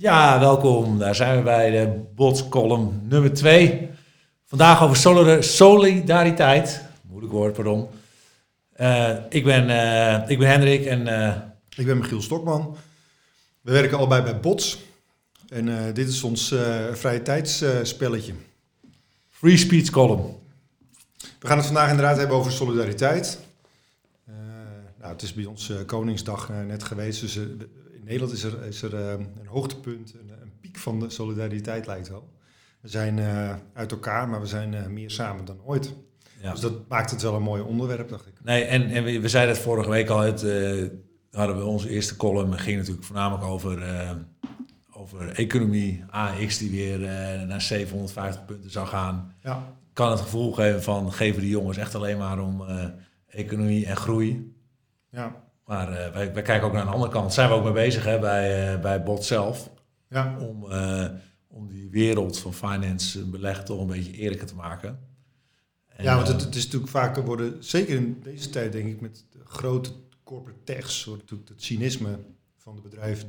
Ja, welkom. Daar zijn we bij de Botscolumn nummer 2. Vandaag over solidariteit. Moeilijk woord, pardon. Ik ben Hendrik en... Ik ben Michiel Stokman. We werken allebei bij Bots. En dit is ons vrije tijdsspelletje. Free Speech Column. We gaan het vandaag inderdaad hebben over solidariteit. Het is bij ons Koningsdag net geweest. Dus in Nederland is er een hoogtepunt, een piek van de solidariteit lijkt wel. We zijn uit elkaar, maar we zijn meer samen dan ooit. Ja. Dus dat maakt het wel een mooi onderwerp, dacht ik. Nee, en we zeiden het vorige week al. Hadden we onze eerste column. Ging natuurlijk voornamelijk over economie. AX die weer naar 750 punten zou gaan. Ja. Kan het gevoel geven van geven die jongens echt alleen maar om economie en groei. Ja. Maar wij kijken ook naar een andere kant. Daar zijn we ook mee bezig bij Bot zelf. Ja. Om die wereld van finance en beleggen toch een beetje eerlijker te maken. En, want het is natuurlijk vaak worden, zeker in deze tijd denk ik, met de grote corporate techs, wordt natuurlijk het cynisme van de bedrijven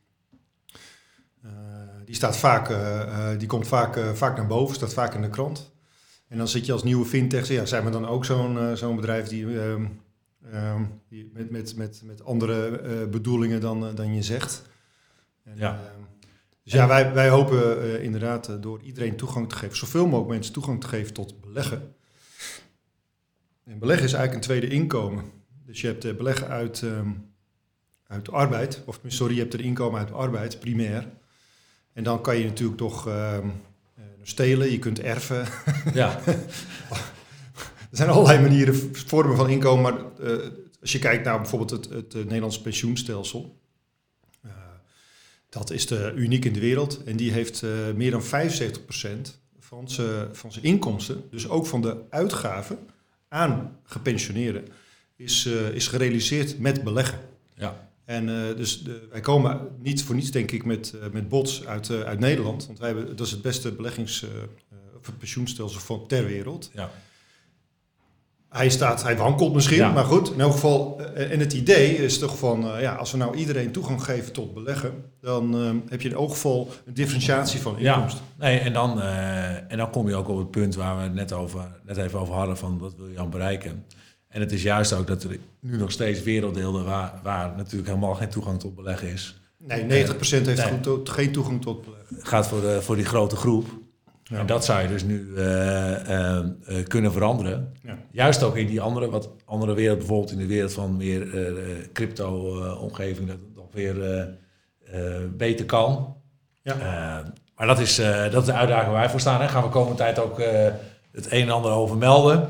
die komt vaak naar boven, staat vaak in de krant. En dan zit je als nieuwe fintech, zijn we dan ook zo'n bedrijf die met andere bedoelingen dan je zegt. En, wij hopen inderdaad door iedereen toegang te geven, zoveel mogelijk mensen toegang te geven tot beleggen. En beleggen is eigenlijk een tweede inkomen. Dus je hebt beleggen uit arbeid, je hebt er inkomen uit arbeid, primair. En dan kan je natuurlijk toch stelen, je kunt erven. Ja. Er zijn allerlei manieren, vormen van inkomen, maar als je kijkt naar bijvoorbeeld het Nederlandse pensioenstelsel, dat is uniek in de wereld en die heeft meer dan 75% van zijn inkomsten, dus ook van de uitgaven aan gepensioneerden, is gerealiseerd met beleggen. Ja. En wij komen niet voor niets, denk ik, met Bots uit Nederland, want dat is het beste pensioenstelsel ter wereld. Ja. Hij wankelt misschien, maar goed, in elk geval. En het idee is toch van, als we nou iedereen toegang geven tot beleggen, dan heb je in elk geval een differentiatie van inkomsten. Ja, nee, en dan kom je ook op het punt waar we net even over hadden van wat wil je dan bereiken. En het is juist ook dat er nu nog steeds werelddelen waar natuurlijk helemaal geen toegang tot beleggen is. Nee, 90% heeft geen toegang tot beleggen. Het gaat voor die grote groep. Ja. En dat zou je dus nu kunnen veranderen. Ja. Juist ook in die andere wereld, bijvoorbeeld in de wereld van meer crypto-omgeving, dat het nog weer beter kan. Ja. Maar dat is de uitdaging waar wij voor staan. Daar gaan we de komende tijd ook het een en ander over melden.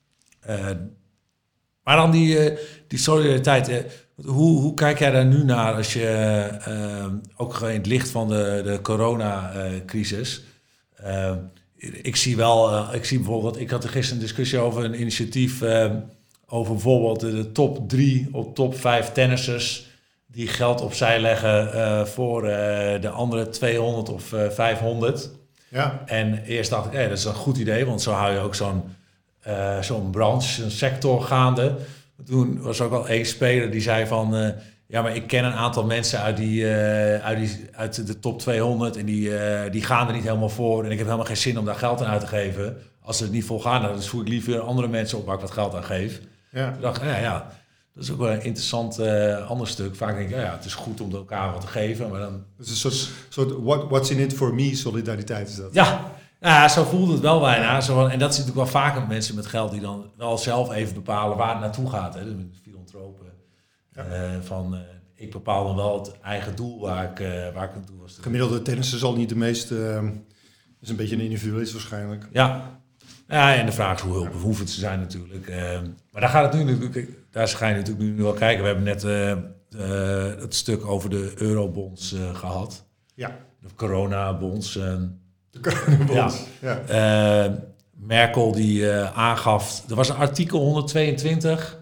Maar dan die solidariteit. Hoe kijk jij daar nu naar als je ook in het licht van de coronacrisis... Ik zie bijvoorbeeld, ik had er gisteren een discussie over een initiatief over bijvoorbeeld de top 3 of top 5 tennissers die geld opzij leggen voor de andere 200 of 500. Ja. En eerst dacht ik, dat is een goed idee, want zo hou je ook zo'n branche, een sector gaande. Toen was ook al één speler die zei van... maar ik ken een aantal mensen uit de top 200 en die gaan er niet helemaal voor. En ik heb helemaal geen zin om daar geld aan uit te geven. Als ze het niet volgaan, dan voer ik liever andere mensen op waar ik wat geld aan geef. Ja. Toen dacht ik, dat is ook wel een interessant ander stuk. Vaak denk ik, het is goed om elkaar wat te geven. Maar dan... Het is een soort what's in it for me solidariteit is dat. Ja, zo voelt het wel bijna. En dat is natuurlijk wel vaker met mensen met geld die dan wel zelf even bepalen waar het naartoe gaat. Hè. De filantropen. Ja. Ik bepaal dan wel het eigen doel waar ik naartoe was. Gemiddelde tennisser zal niet de meest... is een beetje een individualist waarschijnlijk. Ja, en de vraag is hoe hulpbehoevend ze zijn natuurlijk. Maar daar gaat het nu natuurlijk... Daar ga je natuurlijk nu wel kijken. We hebben net het stuk over de eurobonds gehad. Ja. De coronabonds. De coronabonds, ja. Merkel die aangaf... Er was een artikel 122...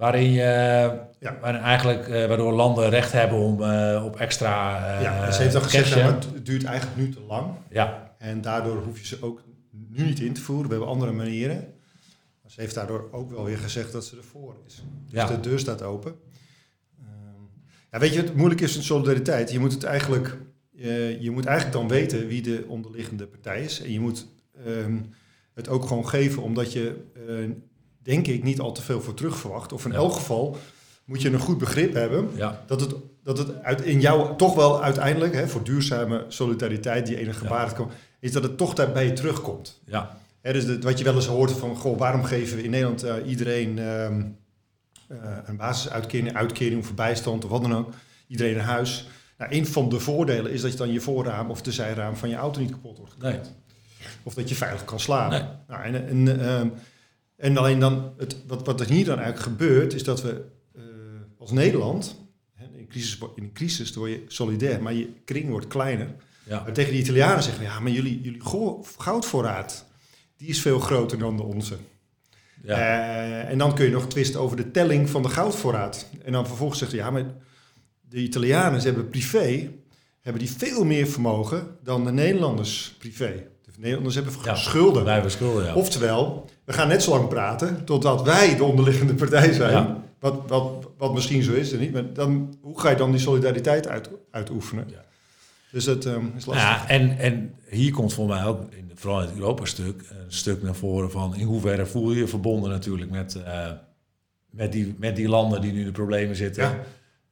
waardoor landen recht hebben om op extra ze heeft al gezegd, cash, het duurt eigenlijk nu te lang. Ja. En daardoor hoef je ze ook nu niet in te voeren. We hebben andere manieren. Maar ze heeft daardoor ook wel weer gezegd dat ze ervoor is. Dus de deur staat open. Weet je wat moeilijk is in solidariteit? Je moet het eigenlijk... je moet eigenlijk dan weten wie de onderliggende partij is. En je moet het ook gewoon geven, omdat je, denk ik, niet al te veel voor terug verwacht. Of in elk geval moet je een goed begrip hebben dat het in jou toch wel uiteindelijk, voor duurzame solidariteit, die enige waarde komt, is dat het toch daar bij je terugkomt. Ja. Dus wat je wel eens hoort van, waarom geven we in Nederland iedereen een basisuitkering of bijstand of wat dan ook, iedereen een huis. Nou, een van de voordelen is dat je dan je voorraam of de zijraam van je auto niet kapot wordt gemaakt. Nee. Of dat je veilig kan slapen. Nee. Nou, en alleen dan, wat er hier dan eigenlijk gebeurt, is dat we als Nederland, in een crisis word je solidair, maar je kring wordt kleiner. Ja. Maar tegen de Italianen zeggen we, maar jullie goudvoorraad, die is veel groter dan de onze. Ja. En dan kun je nog twisten over de telling van de goudvoorraad. En dan vervolgens zeggen ze, maar de Italianen, ze hebben privé, hebben die veel meer vermogen dan de Nederlanders privé. De Nederlanders hebben schulden. Wij hebben schulden, ja. Oftewel, we gaan net zo lang praten totdat wij de onderliggende partij zijn. Ja. Wat misschien zo is, niet? Maar dan, hoe ga je dan die solidariteit uitoefenen? Ja. Dus dat is lastig. Ja, en hier komt voor mij ook, vooral in het Europa-stuk, een stuk naar voren van in hoeverre voel je je verbonden natuurlijk met die landen die nu in de problemen zitten. Ja.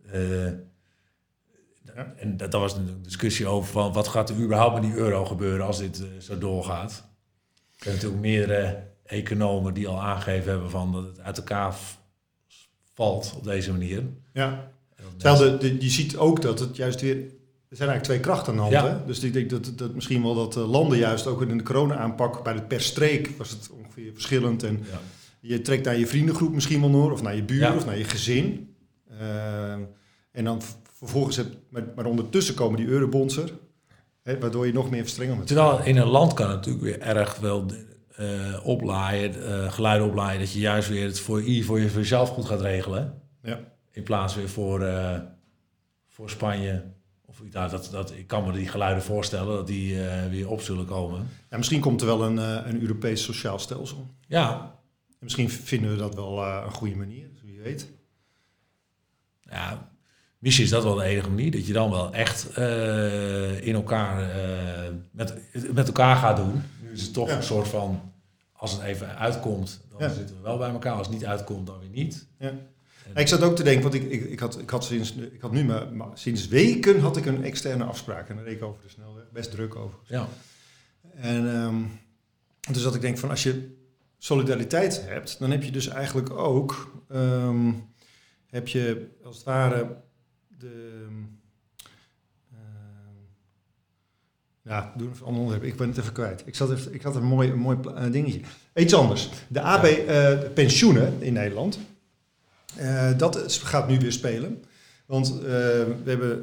En dat was een discussie over van wat gaat er überhaupt met die euro gebeuren als dit zo doorgaat. Er zijn natuurlijk meerdere economen die al aangegeven hebben van dat het uit elkaar valt op deze manier. Ja. Je ziet ook dat het juist weer, er zijn eigenlijk twee krachten aan de hand. Ja. Hè? Dus ik denk dat misschien wel dat landen juist ook in de corona-aanpak, bij per streek was het ongeveer verschillend. En je trekt naar je vriendengroep misschien wel door, of naar je buren, of naar je gezin. En dan vervolgens maar ondertussen komen die eurobonds er, waardoor je nog meer verstrengeld bent. Terwijl in een land kan het natuurlijk weer erg wel geluiden oplaaien dat je juist weer het voor jezelf goed gaat regelen. Ja. In plaats weer voor Spanje of Italië. Ik kan me die geluiden voorstellen dat die weer op zullen komen. Ja, misschien komt er wel een Europees sociaal stelsel. Ja. En misschien vinden we dat wel een goede manier, wie weet. Ja, misschien is dat wel de enige manier, dat je dan wel echt in elkaar met elkaar gaat doen. Nu is het toch een soort van, als het even uitkomt, dan zitten we wel bij elkaar. Als het niet uitkomt, dan weer niet. Ja. Ik zat ook te denken, want ik had nu sinds weken had ik een externe afspraak. En dan reed ik over de snelweg, best druk overigens. Ja. En dus dat ik denk van, als je solidariteit hebt, dan heb je dus eigenlijk ook, heb je als het ware doe even een ander onderwerp. Ik ben het even kwijt. Ik had een mooi dingetje. Iets anders. De AB pensioenen in Nederland. Dat gaat nu weer spelen. Want we hebben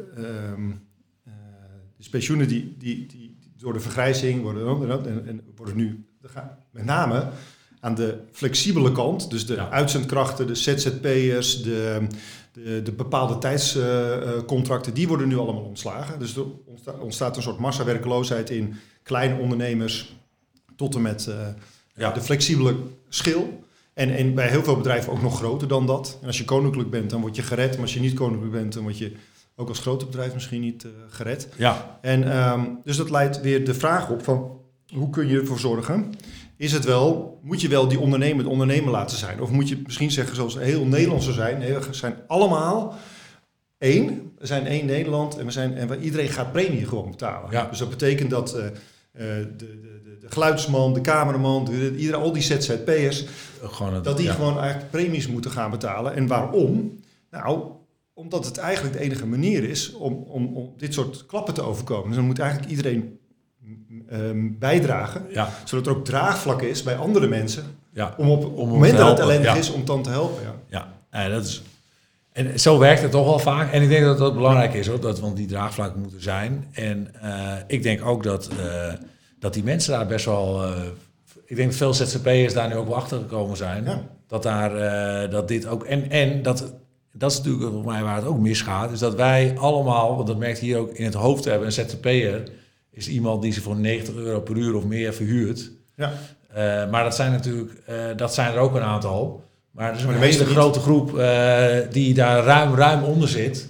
dus pensioenen die door de vergrijzing worden nu met name aan de flexibele kant, dus de uitzendkrachten, de ZZP'ers, de bepaalde tijdscontracten, die worden nu allemaal ontslagen. Dus er ontstaat een soort massawerkloosheid in kleine ondernemers tot en met de flexibele schil. En bij heel veel bedrijven ook nog groter dan dat. En als je koninklijk bent, dan word je gered. Maar als je niet koninklijk bent, dan word je ook als grote bedrijf misschien niet gered. Ja. En dus dat leidt weer de vraag op van, hoe kun je ervoor zorgen? Moet je wel die ondernemer laten zijn? Of moet je misschien zeggen, zoals heel Nederland zou zijn, nee, we zijn allemaal één. We zijn één Nederland en iedereen gaat premie gewoon betalen. Ja. Dus dat betekent dat de geluidsman, de cameraman, al die ZZP'ers, gewoon eigenlijk premies moeten gaan betalen. En waarom? Nou, omdat het eigenlijk de enige manier is om dit soort klappen te overkomen. Dus dan moet eigenlijk iedereen bijdragen, zodat er ook draagvlak is bij andere mensen, om op het moment dat het ellendig is, om dan te helpen. Dat is, en zo werkt het toch wel vaak. En ik denk dat dat belangrijk is, hoor, want die draagvlak moeten zijn. En ik denk ook dat die mensen daar best wel, ik denk dat veel ZZP'ers daar nu ook wel achter gekomen zijn. Ja. Dat dit ook, en dat is natuurlijk volgens mij waar het ook misgaat, is dat wij allemaal, want dat merkt hier ook in het hoofd hebben, een ZZP'er is iemand die ze voor €90 per uur of meer verhuurt. Ja. Maar dat zijn natuurlijk, dat zijn er ook een aantal. Maar er is een hele grote groep die daar ruim onder zit.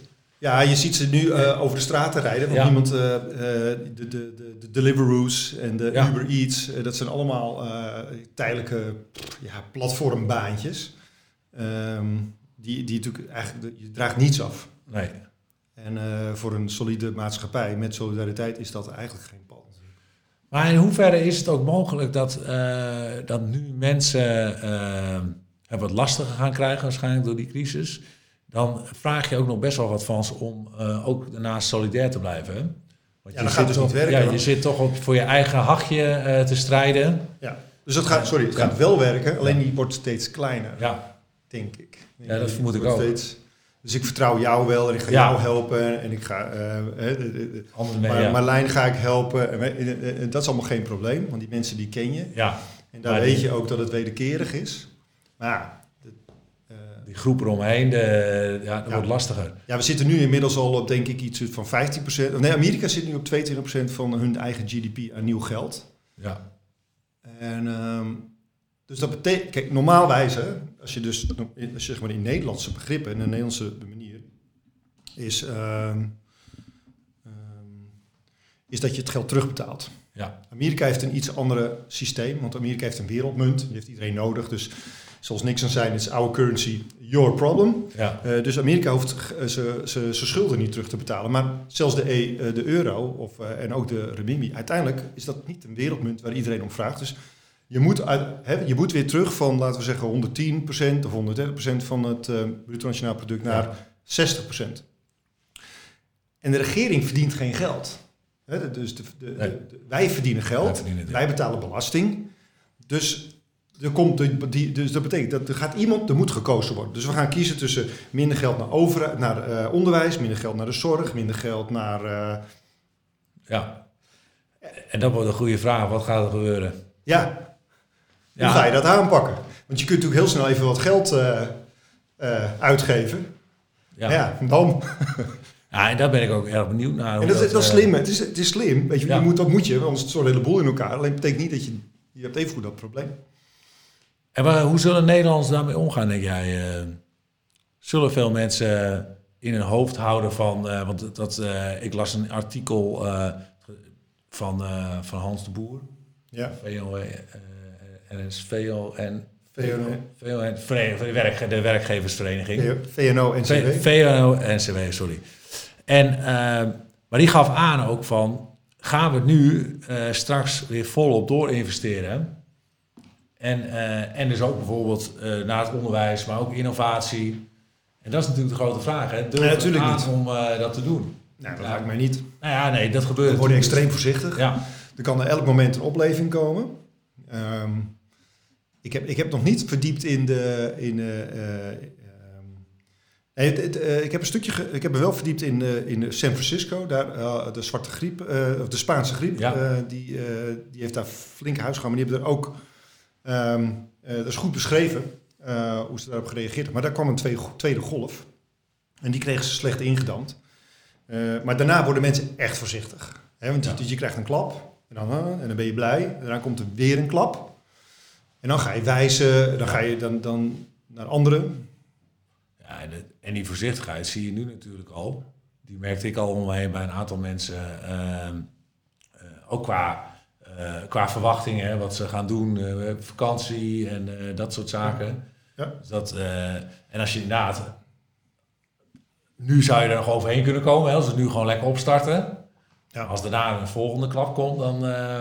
Ja, je ziet ze nu over de straten rijden. Want niemand, de Deliveroo's en de Uber Eats, dat zijn allemaal tijdelijke platformbaantjes. Die natuurlijk eigenlijk, je draagt niets af. Nee. En voor een solide maatschappij met solidariteit is dat eigenlijk geen pad. Maar in hoeverre is het ook mogelijk dat nu mensen het wat lastiger gaan krijgen waarschijnlijk door die crisis? Dan vraag je ook nog best wel wat van ze om ook daarnaast solidair te blijven. Hè? Want dat gaat dus niet werken. Ja, je zit toch voor je eigen hachje te strijden. Ja, dus het gaat wel werken, alleen die wordt steeds kleiner, denk ik. Ja, dat vermoed ik ook. Dus ik vertrouw jou wel en ik ga jou helpen en ik ga Marlijn ga ik helpen. En dat is allemaal geen probleem, want die mensen die ken je. Ja. En daar weet je ook dat het wederkerig is. Maar die groep eromheen, dat wordt lastiger. Ja, we zitten nu inmiddels al op denk ik iets van 15%. Nee, Amerika zit nu op 22% van hun eigen GDP aan nieuw geld. Ja. En dus dat betekent, kijk, normaalwijze, als je zeg maar in Nederlandse begrippen, in een Nederlandse manier, is dat je het geld terugbetaalt. Ja. Amerika heeft een iets andere systeem, want Amerika heeft een wereldmunt, die heeft iedereen nodig. Dus zoals Nixon zei, het is our currency, your problem. Ja. Dus Amerika hoeft zijn schulden niet terug te betalen. Maar zelfs de euro en ook de renminbi, uiteindelijk is dat niet een wereldmunt waar iedereen om vraagt. Dus je moet weer terug van, laten we zeggen, 110% of 130% van het bruto nationaal product naar 60%. En de regering verdient geen geld. Dus wij verdienen geld, wij betalen belasting. Dus dat betekent dat er moet gekozen worden. Dus we gaan kiezen tussen minder geld naar onderwijs, minder geld naar de zorg, minder geld naar... Ja, en dat wordt een goede vraag. Wat gaat er gebeuren? Ja. Hoe ga je dat aanpakken? Want je kunt natuurlijk heel snel even wat geld uitgeven. Ja, dan... Ja, en daar ben ik ook erg benieuwd naar. En dat is slim. Het is slim. Weet je, dat moet je, want het stort een heleboel in elkaar. Alleen betekent niet dat je hebt evengoed dat probleem. En hoe zullen Nederlanders daarmee omgaan, denk jij? Zullen veel mensen in hun hoofd houden van... ik las een artikel van Hans de Boer. Ja. VNO en de werkgeversvereniging. VNO-NCW. VNO-NCW, sorry. Maar die gaf aan ook van... gaan we nu straks weer volop doorinvesteren... En dus ook bijvoorbeeld naar het onderwijs, maar ook innovatie. En dat is natuurlijk de grote vraag. Hè? Durf je aan om dat te doen? Nou, dat lijkt mij niet. Nou ja, nee, dat gebeurt. We worden extreem voorzichtig. Ja. Er kan er elk moment een opleving komen. Ik heb nog niet verdiept in de... ik heb een stukje... Ik heb me wel verdiept in San Francisco. Daar de zwarte griep, of de Spaanse griep. Ja. Die heeft daar flink huisgehouden. Maar die hebben er ook... dat is goed beschreven hoe ze daarop gereageerd hebben. Maar daar kwam een tweede golf. En die kregen ze slecht ingedampt. Maar daarna worden mensen echt voorzichtig. Want je krijgt een klap. En dan ben je blij. En daarna komt er weer een klap. En dan ga je wijzen. Dan ga je dan naar anderen. Ja, en die voorzichtigheid zie je nu natuurlijk al. Die merkte ik al om me heen bij een aantal mensen. Ook qua verwachtingen, hè, wat ze gaan doen, vakantie en dat soort zaken. Ja. Dus en als je inderdaad... Nu zou je er nog overheen kunnen komen, hè, als we nu gewoon lekker opstarten. Ja. Als daarna een volgende klap komt, dan...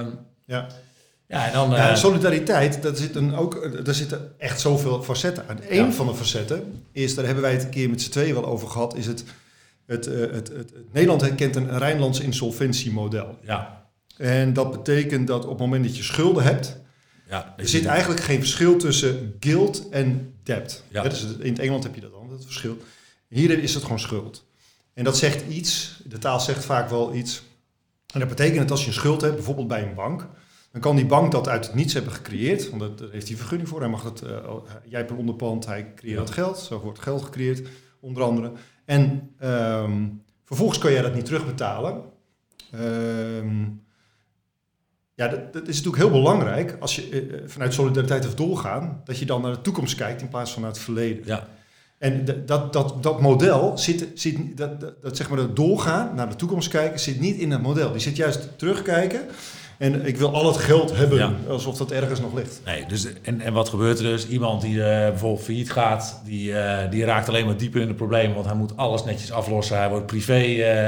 solidariteit, daar zitten echt zoveel facetten aan. Eén van de facetten is, daar hebben wij het een keer met z'n tweeën wel over gehad, is het Nederland kent een Rijnlands insolventiemodel. Ja. En dat betekent dat op het moment dat je schulden hebt, er zit eigenlijk geen verschil tussen guilt en debt. Ja. Dus in het Engeland heb je dat dan, dat verschil. Hier is het gewoon schuld. En dat zegt iets, de taal zegt vaak wel iets. En dat betekent dat als je een schuld hebt, bijvoorbeeld bij een bank, dan kan die bank dat uit het niets hebben gecreëerd, want daar heeft hij vergunning voor. Hij mag het, jij hebt een onderpand, hij creëert het geld, zo wordt geld gecreëerd, onder andere. En vervolgens kan jij dat niet terugbetalen. Dat is natuurlijk heel belangrijk als je vanuit solidariteit of doorgaan, dat je dan naar de toekomst kijkt in plaats van naar het verleden. Ja. En dat model zit dat zeg maar het doorgaan, naar de toekomst kijken, zit niet in het model. Die zit juist terugkijken. En ik wil al het geld hebben, alsof dat ergens nog ligt. Nee, dus, en wat gebeurt er dus? Iemand die bijvoorbeeld failliet gaat, die raakt alleen maar dieper in de problemen, want hij moet alles netjes aflossen. Hij wordt privé,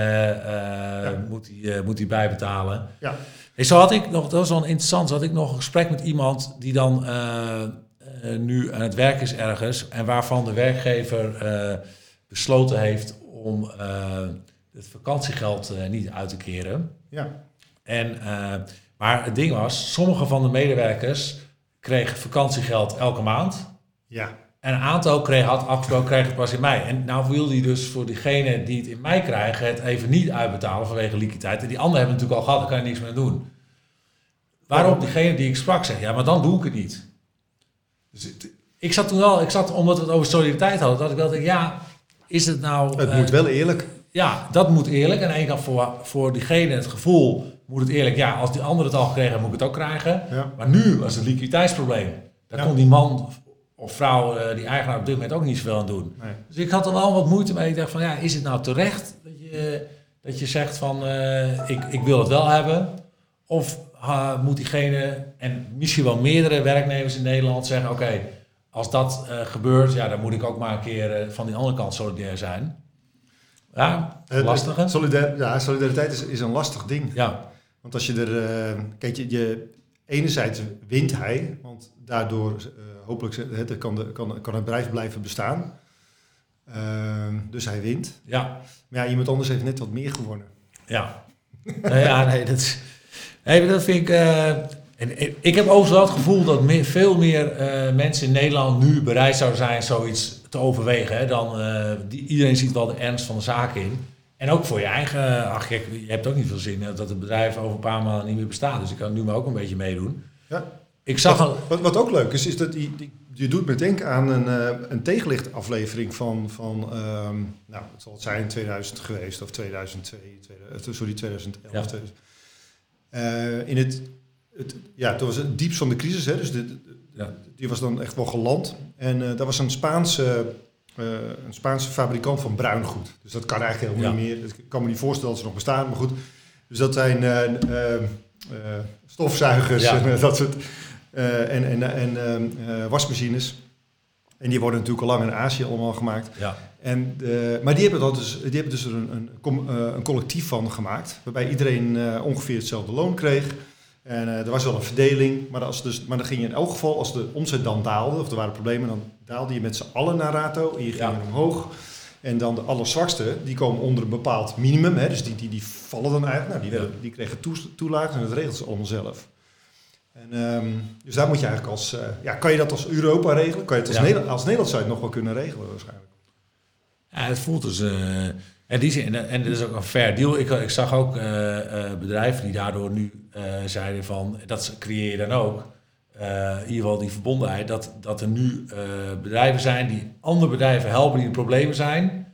moet hij bijbetalen. Ja. En zo had ik nog, dat was wel interessant, zo had ik nog een gesprek met iemand die dan nu aan het werk is ergens en waarvan de werkgever besloten heeft om het vakantiegeld niet uit te keren. Ja. Maar het ding was, sommige van de medewerkers kregen vakantiegeld elke maand. Ja. En een aantal had afgesproken, kregen het pas in mei. En nou wil hij dus voor diegenen die het in mei krijgen, het even niet uitbetalen vanwege liquiditeit. En die anderen hebben het natuurlijk al gehad, daar kan je niks meer doen. Waarop diegene die ik sprak zegt, ja, maar dan doe ik het niet. Dus ik zat omdat we het over solidariteit hadden, dat ik wel dacht, ja, is het nou... Het moet wel eerlijk. Ja, dat moet eerlijk. En aan de ene kant voor diegene het gevoel moet het eerlijk. Ja, als die ander het al gekregen heeft, moet ik het ook krijgen. Ja. Maar nu was het liquiditeitsprobleem. Daar kon die man of vrouw, die eigenaar op dit moment ook niet zoveel aan doen. Nee. Dus ik had er wel wat moeite mee. Ik dacht van, ja, is het nou terecht dat je zegt van, ik wil het wel hebben? Of moet diegene, en misschien wel meerdere werknemers in Nederland zeggen, oké, als dat gebeurt, ja, dan moet ik ook maar een keer van die andere kant solidair zijn. Ja, lastig. Solidariteit is een lastig ding. Ja. Want als je er... kijk, je enerzijds wint hij, want daardoor hopelijk kan het bedrijf blijven bestaan. Dus hij wint. Ja. Maar ja, iemand anders heeft net wat meer gewonnen. Ja. Dat vind ik... En ik heb overigens wel het gevoel dat veel meer mensen in Nederland nu bereid zouden zijn zoiets te overwegen. Hè, dan iedereen ziet wel de ernst van de zaak in. En ook voor je eigen... je hebt ook niet veel zin dat het bedrijf over een paar maanden niet meer bestaat. Dus ik kan nu maar ook een beetje meedoen. Ja. Wat ook leuk is dat je doet me denken aan een tegenlichtaflevering van het zal het zijn 2000 geweest of 2002, 2011. Ja. Toen was het diepst van de crisis, hè, dus die was dan echt wel geland. En dat was een Spaanse fabrikant van bruingoed. Dus dat kan eigenlijk helemaal niet meer. Ik kan me niet voorstellen dat ze nog bestaan, maar goed. Dus dat zijn stofzuigers en dat soort en wasmachines. En die worden natuurlijk al lang in Azië allemaal gemaakt. Ja. Maar die hebben dus er een collectief van gemaakt, waarbij iedereen ongeveer hetzelfde loon kreeg. En er was wel een verdeling, maar dan ging je in elk geval, als de omzet dan daalde, of er waren problemen, dan daalde je met z'n allen naar rato en je ging omhoog. En dan de allerzwakste, die komen onder een bepaald minimum, hè, dus die vallen dan uit. Nou, die kregen toelagen en dat regelt ze allemaal zelf. Dus daar moet je eigenlijk kan je dat als Europa regelen? Kan je het als Nederland zou je het nog wel kunnen regelen waarschijnlijk. Ja, het voelt dus... En dat is ook een fair deal. Ik zag ook bedrijven die daardoor nu zeiden van... Dat creëer je dan ook. In ieder geval die verbondenheid. Dat er nu bedrijven zijn die andere bedrijven helpen die in problemen zijn.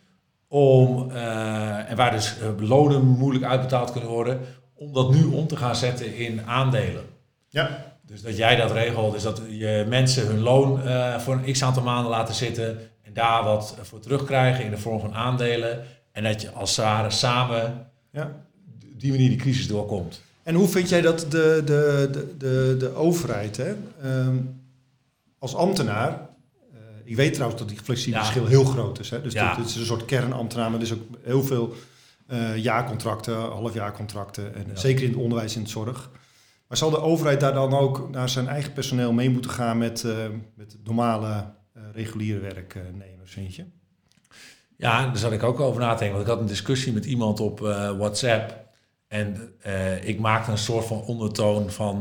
En waar dus lonen moeilijk uitbetaald kunnen worden. Om dat nu om te gaan zetten in aandelen. Ja. Dus dat jij dat regelt. Dus dat je mensen hun loon voor een x-aantal maanden laten zitten. En daar wat voor terugkrijgen in de vorm van aandelen. En dat je als het ware samen die manier die crisis doorkomt. En hoe vind jij dat de overheid, hè, als ambtenaar... ik weet trouwens dat die flexibele verschil heel groot is. Hè? Dus dit is een soort kernambtenaar, maar er is ook heel veel jaarcontracten, halfjaarcontracten. En zeker in het onderwijs en in de zorg. Maar zal de overheid daar dan ook naar zijn eigen personeel mee moeten gaan met normale reguliere werknemers, vind je? Ja, daar zat ik ook over na te denken. Want ik had een discussie met iemand op WhatsApp. En ik maakte een soort van ondertoon van...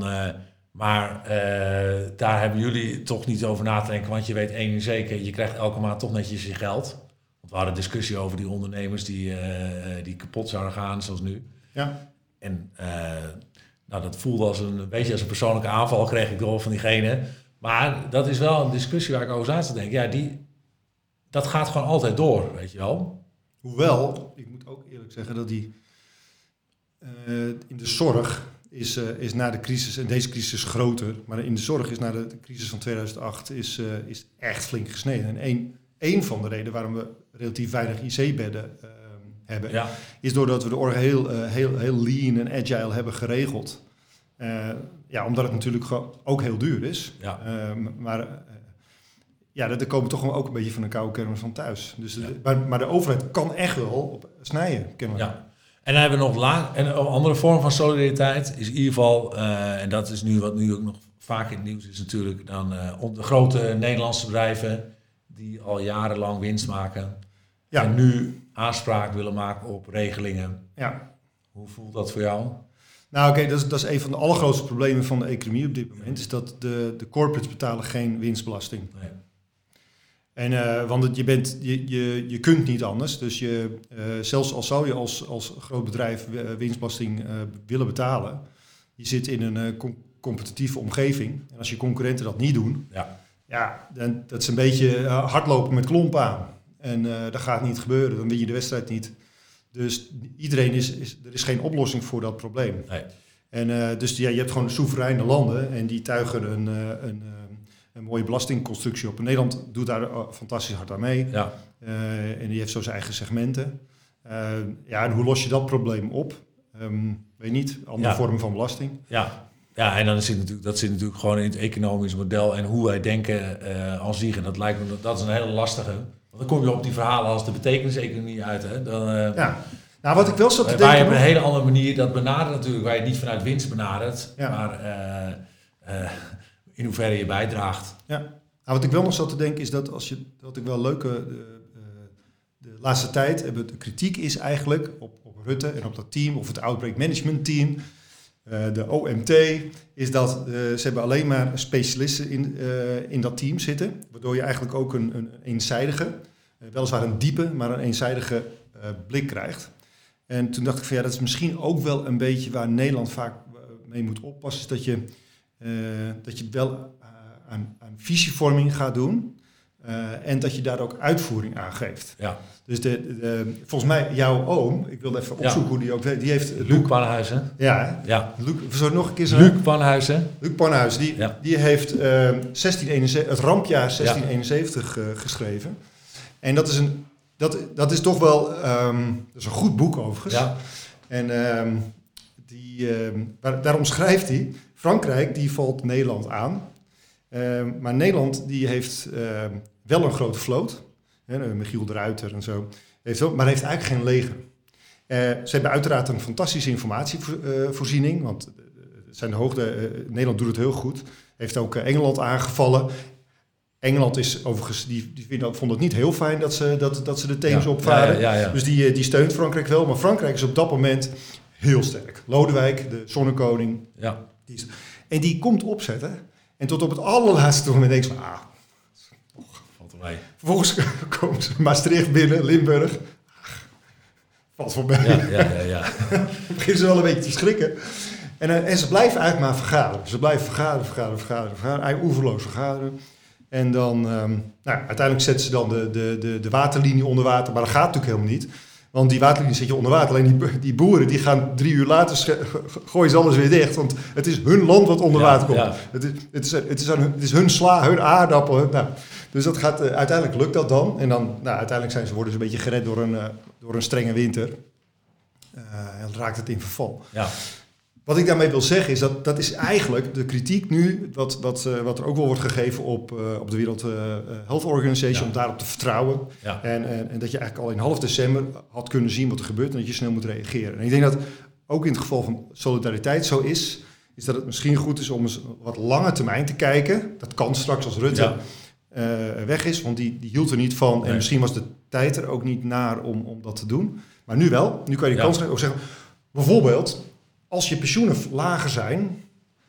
daar hebben jullie toch niet over na te denken. Want je weet één ding zeker, je krijgt elke maand toch netjes je geld. Want we hadden een discussie over die ondernemers die kapot zouden gaan, zoals nu. Ja. En dat voelde als een beetje als een persoonlijke aanval, kreeg ik door van diegene. Maar dat is wel een discussie waar ik over zat te denken. Ja, dat gaat gewoon altijd door, weet je wel. Hoewel, ik moet ook eerlijk zeggen dat in de zorg is na de crisis, en deze crisis is groter, maar in de zorg is na de crisis van 2008 is echt flink gesneden. En één van de redenen waarom we relatief weinig IC-bedden hebben, is doordat we de orga heel lean en agile hebben geregeld. Omdat het natuurlijk ook heel duur is. Ja. Daar komen we toch ook een beetje van de koude kermis van thuis. Dus maar de overheid kan echt wel op snijden, kennelijk. Ja. En dan hebben we nog een andere vorm van solidariteit. Is in ieder geval, en dat is nu wat nu ook nog vaak in het nieuws is natuurlijk, dan de grote Nederlandse bedrijven die al jarenlang winst maken. Ja. En nu aanspraak willen maken op regelingen. Ja. Hoe voelt dat voor jou? Nou dat is een van de allergrootste problemen van de economie op dit moment. Is dat de corporates betalen geen winstbelasting. Nee. En want je kunt niet anders. Dus zelfs al zou je als groot bedrijf winstbelasting willen betalen, je zit in een competitieve omgeving. En als je concurrenten dat niet doen, dan dat is een beetje hardlopen met klompen aan. En dat gaat niet gebeuren, dan win je de wedstrijd niet. Dus iedereen er is geen oplossing voor dat probleem. Nee. En dus je hebt gewoon soevereine landen en die tuigen een mooie belastingconstructie op. En Nederland doet daar fantastisch hard aan mee. Ja. En die heeft zo zijn eigen segmenten. En hoe los je dat probleem op? Weet niet, andere vormen van belasting. Ja, en dan zit natuurlijk gewoon in het economisch model en hoe wij denken als zich. En dat is een hele lastige. Want dan kom je op die verhalen als de betekeniseconomie uit. Hè? Nou, wat ik wel zat te denken... Wij hebben een hele andere manier dat benadert natuurlijk, waar je niet vanuit winst benadert, maar in hoeverre je bijdraagt. Ja, nou, wat ik wel nog zat te denken is dat wat ik wel leuke... De laatste tijd, de kritiek is eigenlijk op Rutte en op dat team, of het Outbreak Management Team, de OMT, is dat ze hebben alleen maar specialisten in dat team zitten, waardoor je eigenlijk ook een eenzijdige, weliswaar een diepe, maar een eenzijdige blik krijgt. En toen dacht ik van dat is misschien ook wel een beetje waar Nederland vaak mee moet oppassen, is dat je wel aan visievorming gaat doen. En dat je daar ook uitvoering aan geeft. Ja. Dus volgens mij jouw oom, ik wilde even opzoeken hoe die ook weet. Die heeft Luc Panhuizen. Ja. Zullen we nog een keer Luc Panhuizen. Luc Panhuizen, die heeft 1671, het rampjaar 1671 geschreven. En dat is toch wel dat is een goed boek overigens. Ja. En daarom schrijft hij, Frankrijk die valt Nederland aan. Maar Nederland die heeft wel een grote vloot. Michiel de Ruiter en zo. Maar heeft eigenlijk geen leger. Ze hebben uiteraard een fantastische informatievoorziening. Want Nederland doet het heel goed. Heeft ook Engeland aangevallen. Engeland is overigens, die vond het niet heel fijn dat ze de Theems opvaren. Ja. Dus die steunt Frankrijk wel. Maar Frankrijk is op dat moment heel sterk. Lodewijk, de zonnekoning. Ja. En die komt opzetten. En tot op het allerlaatste moment denk ik van, valt er mee. Vervolgens komen ze Maastricht binnen, Limburg. Valt voor mij. Ja. Dan beginnen ze wel een beetje te schrikken. En ze blijven eigenlijk maar vergaderen. Ze blijven vergaderen. Eigenlijk oeverloos vergaderen. En dan, uiteindelijk zetten ze dan de waterlinie onder water. Maar dat gaat natuurlijk helemaal niet. Want die waterlinie zet je onder water. Alleen die boeren die gaan 3 uur later gooien ze alles weer dicht. Want het is hun land wat onder water komt. Ja. Het is hun sla, hun aardappelen. Dus dat gaat, uiteindelijk lukt dat dan. En dan uiteindelijk worden ze een beetje gered door een strenge winter. En dan raakt het in verval. Ja. Wat ik daarmee wil zeggen is dat is eigenlijk de kritiek nu, wat er ook wel wordt gegeven op de World Health Organization, om daarop te vertrouwen. Ja. En dat je eigenlijk al in half december had kunnen zien wat er gebeurt en dat je snel moet reageren. En ik denk dat ook in het geval van solidariteit zo is dat het misschien goed is om eens wat lange termijn te kijken. Dat kan straks als Rutte weg is, want die hield er niet van. Nee. En misschien was de tijd er ook niet naar om dat te doen. Maar nu wel. Nu kan je die kans ook zeggen, bijvoorbeeld, als je pensioenen lager zijn,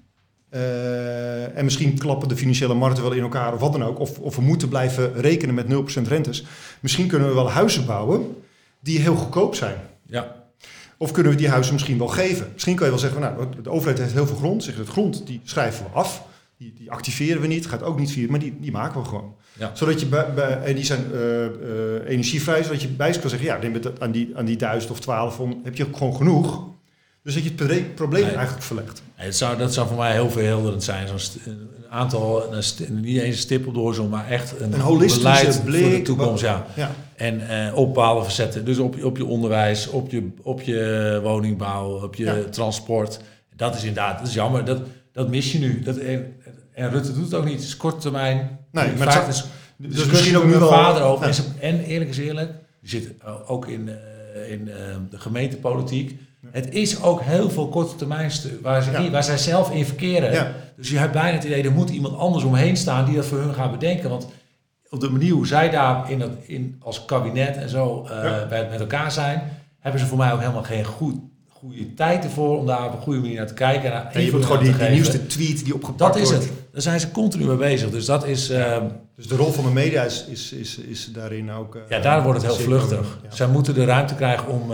en misschien klappen de financiële markten wel in elkaar of wat dan ook, of we moeten blijven rekenen met 0% rentes, misschien kunnen we wel huizen bouwen die heel goedkoop zijn. Ja. Of kunnen we die huizen misschien wel geven. Misschien kan je wel zeggen, de overheid heeft heel veel grond, het grond die schrijven we af, die activeren we niet, gaat ook niet via, maar die maken we gewoon. Ja. Zodat je en die zijn energievrij, zodat je bij kan zeggen, neem het aan die 1000 of 1200, heb je gewoon genoeg. Dus dat je het probleem eigenlijk verlegt. Nee, dat zou voor mij heel verhelderend zijn. Een aantal, niet eens een stip op de horizon, maar echt een holistische blik voor de toekomst. Ja. En op bepaalde verzetten. Dus op je onderwijs, op je woningbouw, op je transport. Dat is inderdaad, dat is jammer. Dat mis je nu. En Rutte doet het ook niet. Het is korte termijn. Nee, maar het is dus misschien ook nu wel vader over. Ja. En eerlijk is eerlijk, je zit ook in de gemeentepolitiek. Ja. Het is ook heel veel korte termijn waar zij zelf in verkeren. Ja. Dus je hebt bijna het idee, er moet iemand anders omheen staan die dat voor hun gaat bedenken. Want op de manier hoe zij daar als kabinet en zo met elkaar zijn, hebben ze voor mij ook helemaal geen goede tijd ervoor om daar op een goede manier naar te kijken. En je moet gewoon die nieuwste tweet die opgepakt wordt. Dat is het. Daar zijn ze continu mee bezig. Dus dat is... dus de rol van de media is daarin ook... daar wordt het heel vluchtig. Ja. Zij moeten de ruimte krijgen om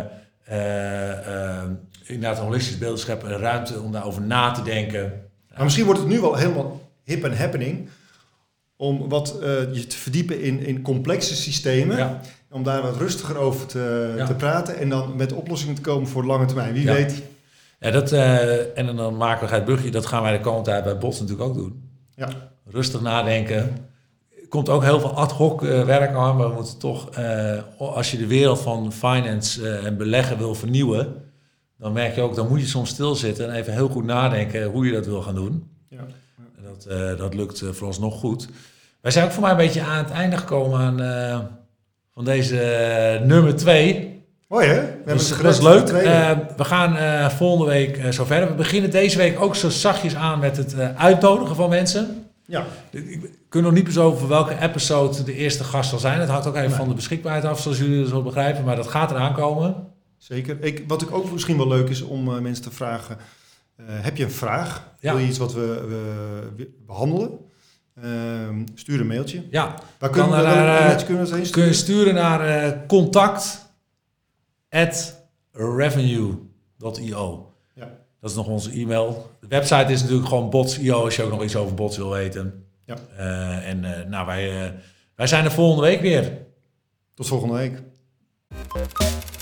inderdaad een holistisch beeld te scheppen. Een ruimte om daarover na te denken. Maar misschien wordt het nu wel helemaal hip en happening om wat je te verdiepen in complexe systemen. Ja. Om daar wat rustiger over te praten en dan met oplossingen te komen voor de lange termijn. Wie weet. Ja, en dan maken we het brugje. Dat gaan wij de komende tijd bij Bots natuurlijk ook doen. Ja. Rustig nadenken. Er komt ook heel veel ad hoc werk aan. Maar we moeten toch, als je de wereld van finance en beleggen wil vernieuwen, dan merk je ook, dan moet je soms stilzitten en even heel goed nadenken hoe je dat wil gaan doen. Ja. Dat lukt vooralsnog goed. Wij zijn ook voor mij een beetje aan het einde gekomen van deze nummer 2. Mooi hè? Dat is leuk. We gaan volgende week zo verder. We beginnen deze week ook zo zachtjes aan met het uitnodigen van mensen. Ja. Ik kan nog niet meer zo over welke episode de eerste gast zal zijn. Het hangt ook even van de beschikbaarheid af, zoals jullie dus wel begrijpen. Maar dat gaat eraan komen. Zeker. Wat ik ook misschien wel leuk is om mensen te vragen. Heb je een vraag? Wil je iets wat we behandelen? Stuur een mailtje. Ja. Waar kunnen we heen kun je sturen naar contact@revenue.io. Ja. Dat is nog onze e-mail. De website is natuurlijk gewoon bots.io als je ook nog iets over bots wil weten. Ja. Wij zijn er volgende week weer. Tot volgende week.